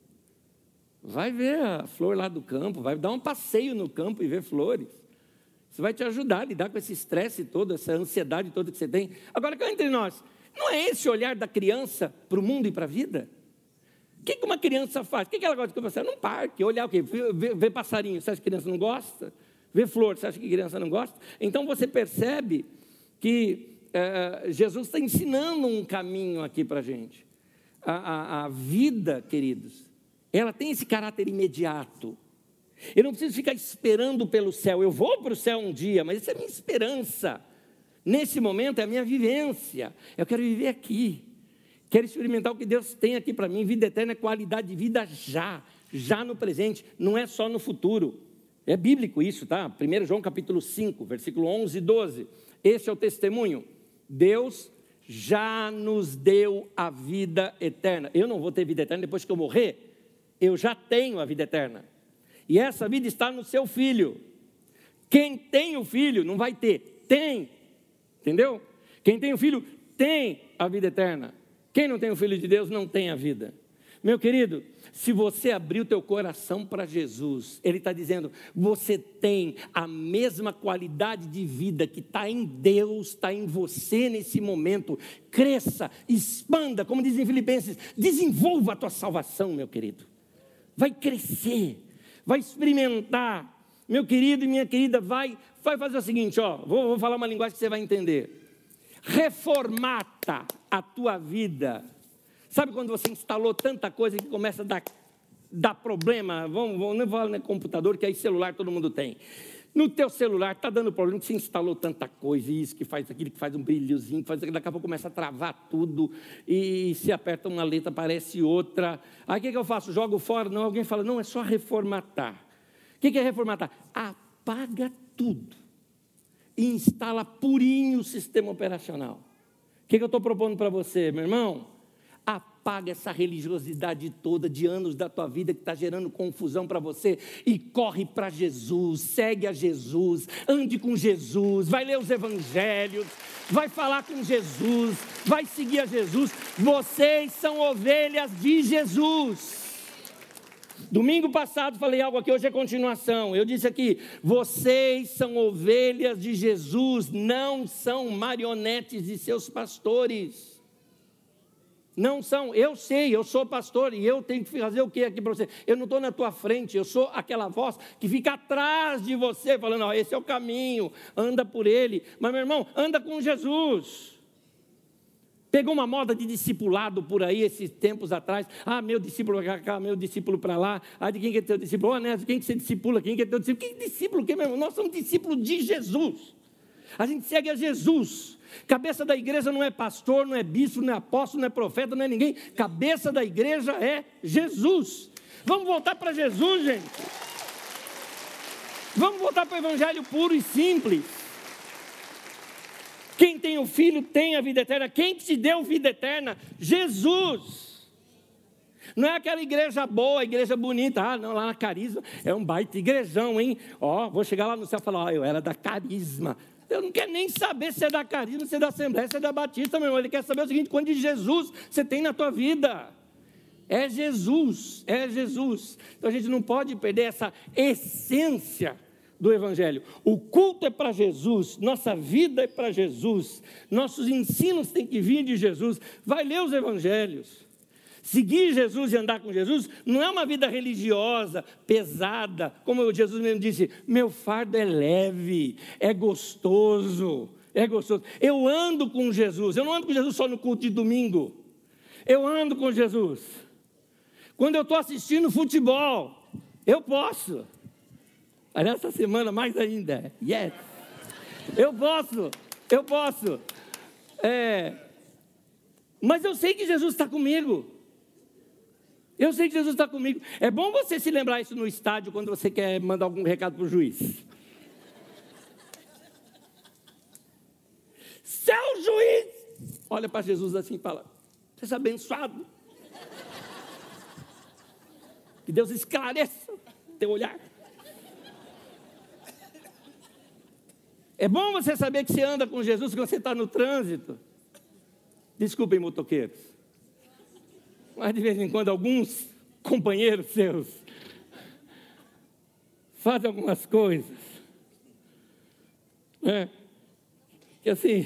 Vai ver a flor lá do campo. Vai dar um passeio no campo e ver flores. Isso vai te ajudar a lidar com esse estresse todo, essa ansiedade toda que você tem. Agora, cá entre nós, não é esse olhar da criança para o mundo e para a vida? O que uma criança faz? O que ela gosta de conversar? Num parque, olhar o quê? Ver passarinho. Você acha que a criança não gosta? Ver flor, você acha que a criança não gosta? Então, você percebe que Jesus está ensinando um caminho aqui para a gente. A vida, queridos, ela tem esse caráter imediato. Eu não preciso ficar esperando pelo céu. Eu vou para o céu um dia, mas essa é a minha esperança. Nesse momento é a minha vivência. Eu quero viver aqui. Quero experimentar o que Deus tem aqui para mim. Vida eterna é qualidade de vida já no presente, não é só no futuro. É bíblico isso, tá? 1 João capítulo 5, versículo 11 e 12. Esse é o testemunho. Deus já nos deu a vida eterna. Eu não vou ter vida eterna depois que eu morrer. Eu já tenho a vida eterna. E essa vida está no seu Filho. Quem tem o Filho não vai ter. Tem. Entendeu? Quem tem o Filho tem a vida eterna. Quem não tem o Filho de Deus não tem a vida. Meu querido, se você abrir o teu coração para Jesus, Ele está dizendo, você tem a mesma qualidade de vida que está em Deus, está em você nesse momento. Cresça, expanda, como dizem Filipenses, desenvolva a tua salvação, meu querido. Vai crescer, vai experimentar. Meu querido e minha querida, vai fazer o seguinte, ó, vou falar uma linguagem que você vai entender. Reformata a tua vida. Sabe quando você instalou tanta coisa que começa a dar problema? Não vou falar no computador, que aí celular todo mundo tem. No teu celular está dando problema, que você instalou tanta coisa, isso que faz aquilo, que faz um brilhozinho, que faz aquilo, daqui a pouco começa a travar tudo, e se aperta uma letra, aparece outra. Aí o que eu faço? Jogo fora? Não, alguém fala, não, é só reformatar. O que é reformatar? Apaga tudo e instala purinho o sistema operacional. O que eu estou propondo para você, meu irmão? Apaga essa religiosidade toda de anos da tua vida que está gerando confusão para você e corre para Jesus, segue a Jesus, ande com Jesus, vai ler os evangelhos, vai falar com Jesus, vai seguir a Jesus. Vocês são ovelhas de Jesus. Domingo passado falei algo aqui, hoje é continuação. Eu disse aqui, vocês são ovelhas de Jesus, não são marionetes de seus pastores. Não são, eu sei, eu sou pastor e eu tenho que fazer o que aqui para você? Eu não estou na tua frente, eu sou aquela voz que fica atrás de você, falando, ó, esse é o caminho, anda por ele. Mas, meu irmão, anda com Jesus. Pegou uma moda de discipulado por aí, esses tempos atrás. Ah, meu discípulo para cá, meu discípulo para lá. Ah, de quem que é teu discípulo? Oh, Nézio, quem que você discipula? Quem que é teu discípulo? Que discípulo que, meu irmão? Nós somos discípulos de Jesus. A gente segue a Jesus. Cabeça da igreja não é pastor, não é bispo, não é apóstolo, não é profeta, não é ninguém. Cabeça da igreja é Jesus. Vamos voltar para Jesus, gente. Vamos voltar para o evangelho puro e simples. Quem tem o Filho tem a vida eterna. Quem te deu vida eterna? Jesus. Não é aquela igreja boa, igreja bonita. Ah, não, lá na Carisma é um baita igrejão, hein? Ó, vou chegar lá no céu e falar, ó, eu era da Carisma. Eu não quero nem saber se é da Carisma, se é da Assembleia, se é da Batista, meu irmão. Ele quer saber o seguinte, quanto de Jesus você tem na tua vida. É Jesus, é Jesus. Então a gente não pode perder essa essência do Evangelho. O culto é para Jesus, nossa vida é para Jesus, nossos ensinos têm que vir de Jesus. Vai ler os Evangelhos. Seguir Jesus e andar com Jesus não é uma vida religiosa, pesada, como Jesus mesmo disse, meu fardo é leve, é gostoso, é gostoso. Eu ando com Jesus, eu não ando com Jesus só no culto de domingo, eu ando com Jesus. Quando eu estou assistindo futebol, eu posso. Aliás, essa semana mais ainda, yes, eu posso. Mas eu sei que Jesus está comigo. Eu sei que Jesus está comigo. É bom você se lembrar isso no estádio, quando você quer mandar algum recado para o juiz. Seu juiz! Olha para Jesus assim e fala, seja abençoado. Que Deus esclareça teu olhar. É bom você saber que você anda com Jesus quando você está no trânsito. Desculpem, motoqueiros. Mas de vez em quando alguns companheiros seus fazem algumas coisas, que assim,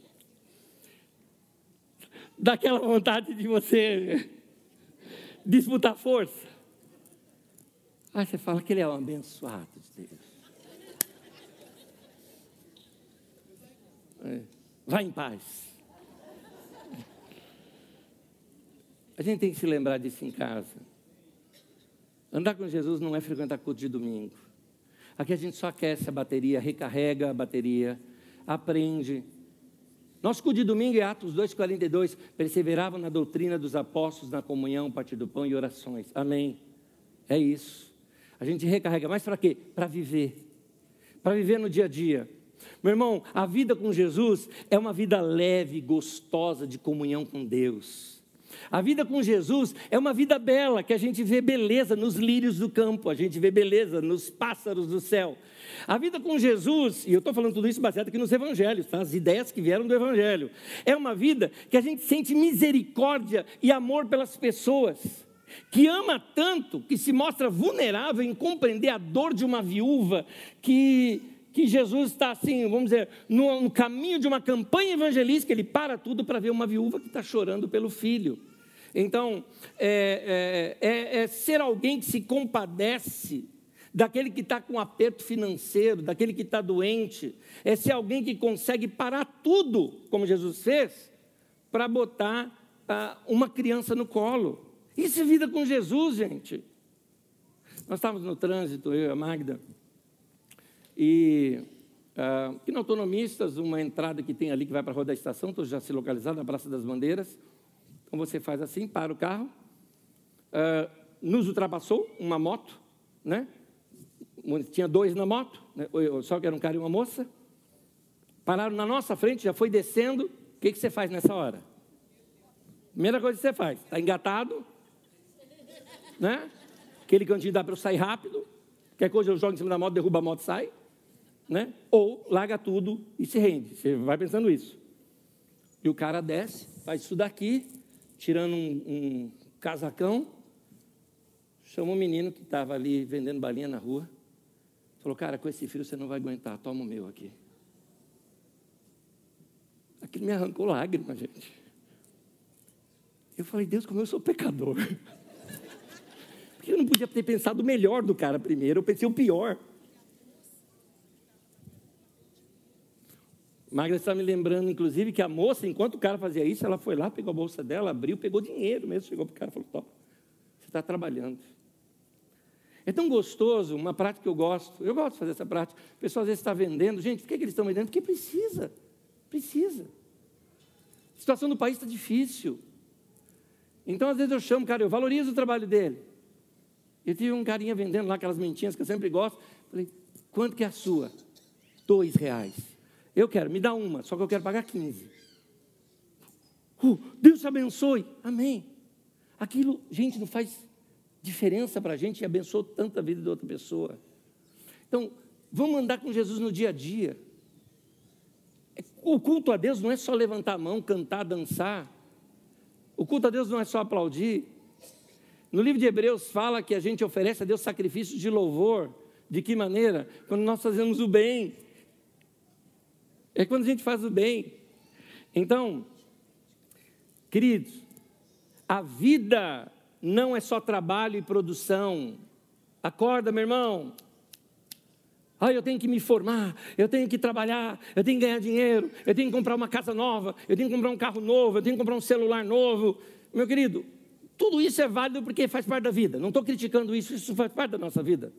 dá aquela vontade de você disputar força. Aí você fala que ele é um abençoado de Deus. Vai em paz. A gente tem que se lembrar disso em casa. Andar com Jesus não é frequentar culto de domingo. Aqui a gente só aquece a bateria, recarrega a bateria, aprende. Nosso culto de domingo é Atos 2,42. Perseveravam na doutrina dos apóstolos, na comunhão, partir do pão e orações. Amém. É isso. A gente recarrega. Mas para quê? Para viver. Para viver no dia a dia. Meu irmão, a vida com Jesus é uma vida leve, gostosa de comunhão com Deus. A vida com Jesus é uma vida bela, que a gente vê beleza nos lírios do campo, a gente vê beleza nos pássaros do céu. A vida com Jesus, e eu estou falando tudo isso baseado aqui nos evangelhos, tá? As ideias que vieram do evangelho. É uma vida que a gente sente misericórdia e amor pelas pessoas, que ama tanto, que se mostra vulnerável em compreender a dor de uma viúva, que Jesus está assim, vamos dizer, no caminho de uma campanha evangelística, ele para tudo para ver uma viúva que está chorando pelo filho. Então, ser alguém que se compadece daquele que está com aperto financeiro, daquele que está doente, é ser alguém que consegue parar tudo, como Jesus fez, para botar uma criança no colo. Isso é vida com Jesus, gente. Nós estávamos no trânsito, eu e a Magda, e aqui na Autonomistas, uma entrada que tem ali que vai para a Rua da Estação, estou já se localizado, na Praça das Bandeiras. Então você faz assim, para o carro, nos ultrapassou uma moto, né? Tinha dois na moto, né? Só que era um cara e uma moça. Pararam na nossa frente, já foi descendo. O que você faz nessa hora? Primeira coisa que você faz, está engatado, né? Aquele cantinho dá para eu sair rápido. Qualquer coisa eu jogo em cima da moto, derruba a moto e sai, né? Ou larga tudo e se rende. Você vai pensando isso. E o cara desce, faz isso daqui, tirando um casacão, chamou um menino que estava ali vendendo balinha na rua, falou, cara, com esse frio você não vai aguentar, toma o meu aqui. Aquilo me arrancou lágrima, gente. Eu falei, Deus, como eu sou pecador. Porque eu não podia ter pensado o melhor do cara primeiro, eu pensei o pior. Magda está me lembrando, inclusive, que a moça, enquanto o cara fazia isso, ela foi lá, pegou a bolsa dela, abriu, pegou dinheiro mesmo, chegou para o cara e falou, top, você está trabalhando. É tão gostoso, uma prática que eu gosto de fazer essa prática. O pessoal às vezes está vendendo, gente, por que eles estão vendendo? Porque precisa. A situação do país está difícil. Então, às vezes eu chamo, cara, eu valorizo o trabalho dele. Eu tive um carinha vendendo lá aquelas mentinhas que eu sempre gosto. Falei, quanto que é a sua? R$2. Eu quero, me dá uma, só que eu quero pagar 15. Deus te abençoe. Amém. Aquilo, gente, não faz diferença para a gente e abençoa tanta vida de outra pessoa. Então, vamos andar com Jesus no dia a dia. O culto a Deus não é só levantar a mão, cantar, dançar. O culto a Deus não é só aplaudir. No livro de Hebreus fala que a gente oferece a Deus sacrifícios de louvor. De que maneira? Quando nós fazemos o bem. É quando a gente faz o bem. Então, queridos, a vida não é só trabalho e produção. Acorda, meu irmão. Eu tenho que me formar, eu tenho que trabalhar, eu tenho que ganhar dinheiro, eu tenho que comprar uma casa nova, eu tenho que comprar um carro novo, eu tenho que comprar um celular novo. Meu querido, tudo isso é válido porque faz parte da vida. Não estou criticando isso, isso faz parte da nossa vida.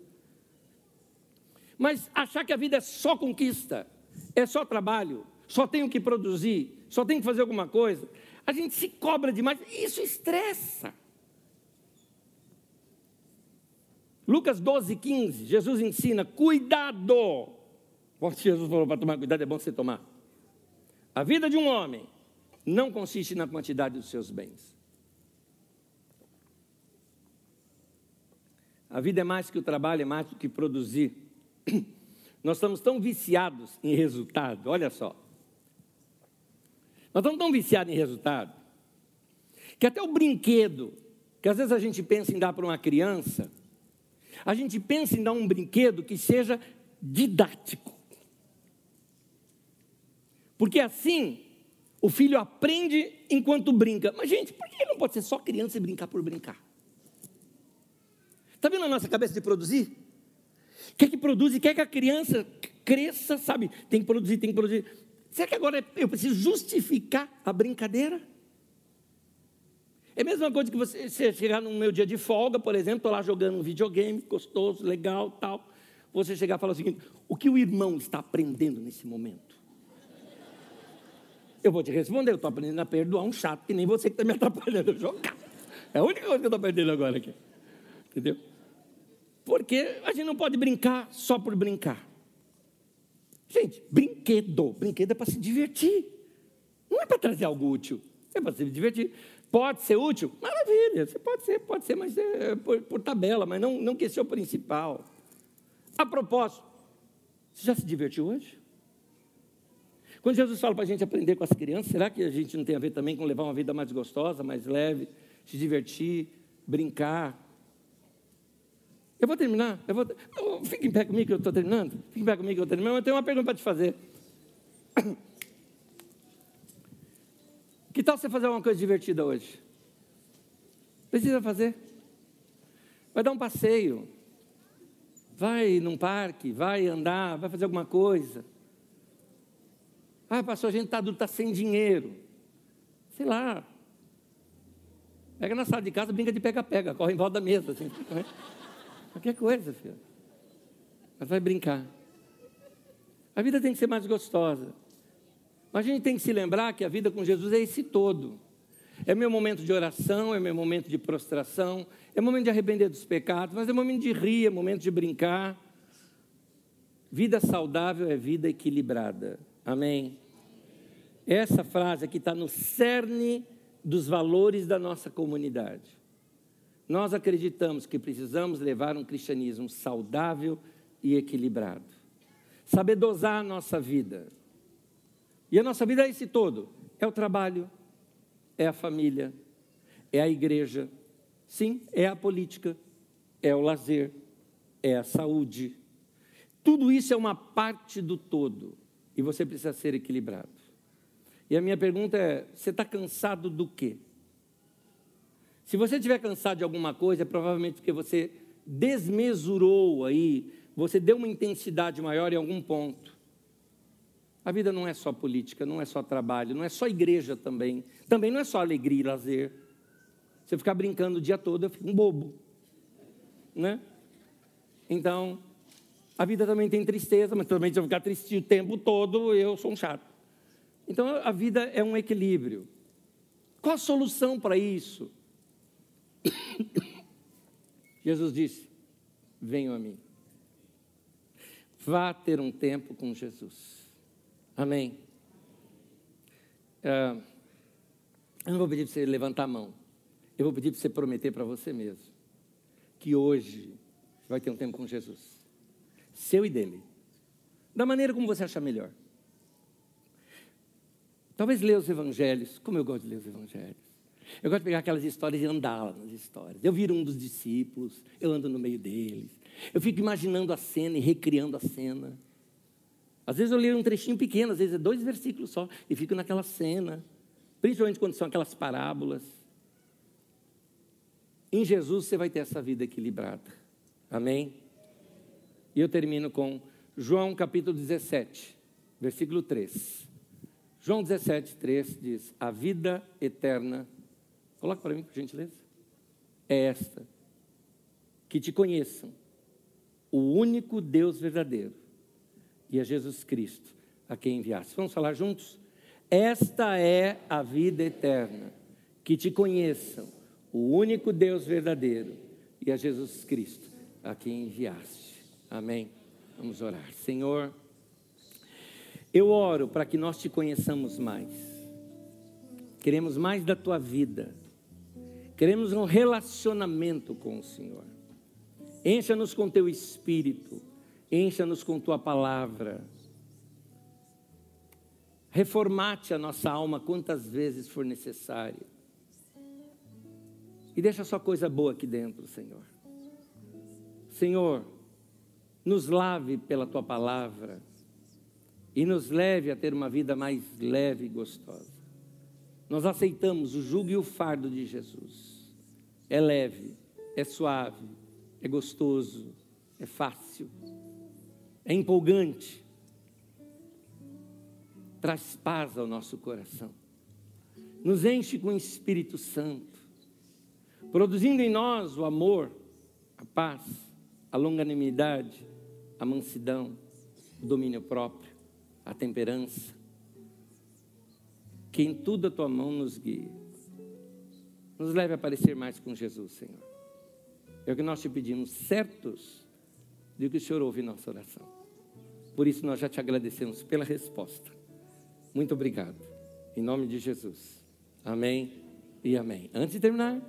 Mas achar que a vida é só conquista, é só trabalho, só tenho que produzir, só tenho que fazer alguma coisa, a gente se cobra demais, isso estressa. Lucas 12:15, Jesus ensina, cuidado. Jesus falou para tomar cuidado, é bom você tomar. A vida de um homem não consiste na quantidade dos seus bens. A vida é mais que o trabalho, é mais do que produzir. Nós estamos tão viciados em resultado, olha só. Nós estamos tão viciados em resultado, que até o brinquedo, que às vezes a gente pensa em dar para uma criança, a gente pensa em dar um brinquedo que seja didático. Porque assim, o filho aprende enquanto brinca. Mas, gente, por que não pode ser só criança e brincar por brincar? Está vendo a nossa cabeça de produzir? Quer que produza, quer que a criança cresça, sabe? Tem que produzir, tem que produzir. Será que agora eu preciso justificar a brincadeira? É a mesma coisa que você chegar no meu dia de folga, por exemplo, estou lá jogando um videogame, gostoso, legal, tal. Você chegar e falar o seguinte, o que o irmão está aprendendo nesse momento? Eu vou te responder, eu estou aprendendo a perdoar um chato, que nem você que está me atrapalhando a jogar. É a única coisa que eu estou aprendendo agora aqui. Entendeu? Porque a gente não pode brincar só por brincar. Gente, brinquedo é para se divertir. Não é para trazer algo útil, é para se divertir. Pode ser útil? Maravilha, você pode ser, mas é por tabela, mas não que esse é o principal. A propósito, você já se divertiu hoje? Quando Jesus fala para a gente aprender com as crianças, será que a gente não tem a ver também com levar uma vida mais gostosa, mais leve, se divertir, brincar? Eu vou terminar, fique em pé comigo que eu estou terminando, fique em pé comigo que eu estou terminando, mas eu tenho uma pergunta para te fazer. Que tal você fazer uma coisa divertida hoje? Precisa fazer. Vai dar um passeio. Vai num parque, vai andar, vai fazer alguma coisa. Pastor, a gente está adulto, está sem dinheiro. Sei lá. Pega na sala de casa, brinca de pega-pega, corre em volta da mesa. Assim, qualquer coisa, filho. Mas vai brincar. A vida tem que ser mais gostosa. Mas a gente tem que se lembrar que a vida com Jesus é esse todo. É meu momento de oração, é meu momento de prostração, é momento de arrepender dos pecados, mas é momento de rir, é momento de brincar. Vida saudável é vida equilibrada. Amém? Essa frase aqui está no cerne dos valores da nossa comunidade. Nós acreditamos que precisamos levar um cristianismo saudável e equilibrado. Saber dosar a nossa vida. E a nossa vida é esse todo. É o trabalho, é a família, é a igreja, sim, é a política, é o lazer, é a saúde. Tudo isso é uma parte do todo. E você precisa ser equilibrado. E a minha pergunta é, você está cansado do quê? Se você estiver cansado de alguma coisa, é provavelmente porque você desmesurou aí, você deu uma intensidade maior em algum ponto. A vida não é só política, não é só trabalho, não é só igreja também. Também não é só alegria e lazer. Se eu ficar brincando o dia todo, eu fico um bobo, né? Então, a vida também tem tristeza, mas também se eu ficar triste o tempo todo, eu sou um chato. Então, a vida é um equilíbrio. Qual a solução para isso? Jesus disse, venham a mim. Vá ter um tempo com Jesus. Amém? Eu não vou pedir para você levantar a mão. Eu vou pedir para você prometer para você mesmo que hoje você vai ter um tempo com Jesus. Seu e dele. Da maneira como você achar melhor. Talvez ler os evangelhos, como eu gosto de ler os evangelhos. Eu gosto de pegar aquelas histórias e andar lá nas histórias. Eu viro um dos discípulos, eu ando no meio deles. Eu fico imaginando a cena e recriando a cena. Às vezes eu leio um trechinho pequeno, às vezes é 2 versículos só, e fico naquela cena. Principalmente quando são aquelas parábolas. Em Jesus você vai ter essa vida equilibrada. Amém? E eu termino com João capítulo 17, versículo 3. João 17, 3 diz, a vida eterna, coloca para mim, por gentileza, é esta, que te conheçam, o único Deus verdadeiro, e a Jesus Cristo, a quem enviaste. Vamos falar juntos? Esta é a vida eterna, que te conheçam, o único Deus verdadeiro, e a Jesus Cristo, a quem enviaste. Amém? Vamos orar. Senhor, eu oro para que nós te conheçamos mais. Queremos mais da tua vida. Queremos um relacionamento com o Senhor. Encha-nos com teu Espírito. Encha-nos com tua palavra. Reformate a nossa alma quantas vezes for necessário. E deixa só coisa boa aqui dentro, Senhor. Senhor, nos lave pela tua palavra. E nos leve a ter uma vida mais leve e gostosa. Nós aceitamos o jugo e o fardo de Jesus. É leve, é suave, é gostoso, é fácil, é empolgante. Traz paz ao nosso coração. Nos enche com o Espírito Santo, produzindo em nós o amor, a paz, a longanimidade, a mansidão, o domínio próprio, a temperança, que em tudo a tua mão nos guie. Nos leve a parecer mais com Jesus, Senhor. É o que nós te pedimos, certos de que o Senhor ouve nossa oração. Por isso nós já te agradecemos pela resposta. Muito obrigado. Em nome de Jesus. Amém e amém. Antes de terminar.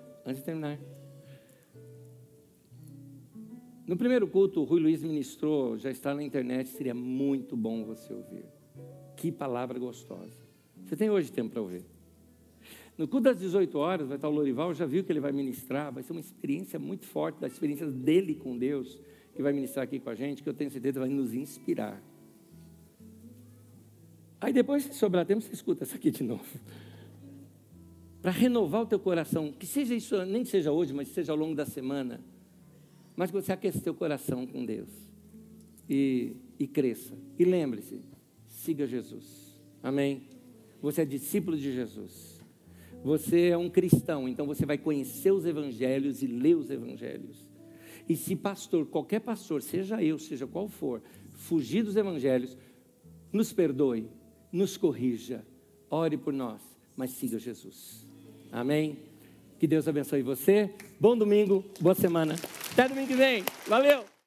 No primeiro culto, o Rui Luiz ministrou, já está na internet, seria muito bom você ouvir. Que palavra gostosa. Você tem hoje tempo para ouvir. No culto das 18 horas, vai estar o Lorival, já viu que ele vai ministrar, vai ser uma experiência muito forte, da experiência dele com Deus, que vai ministrar aqui com a gente, que eu tenho certeza vai nos inspirar. Aí depois, se sobrar tempo, você escuta essa aqui de novo. Para renovar o teu coração, que seja isso, nem que seja hoje, mas seja ao longo da semana, mas que você aqueça teu coração com Deus e cresça. E lembre-se, siga Jesus. Amém? Você é discípulo de Jesus. Você é um cristão, então você vai conhecer os evangelhos e ler os evangelhos. E se pastor, qualquer pastor, seja eu, seja qual for, fugir dos evangelhos, nos perdoe, nos corrija, ore por nós, mas siga Jesus. Amém? Que Deus abençoe você. Bom domingo, boa semana. Até domingo que vem. Valeu!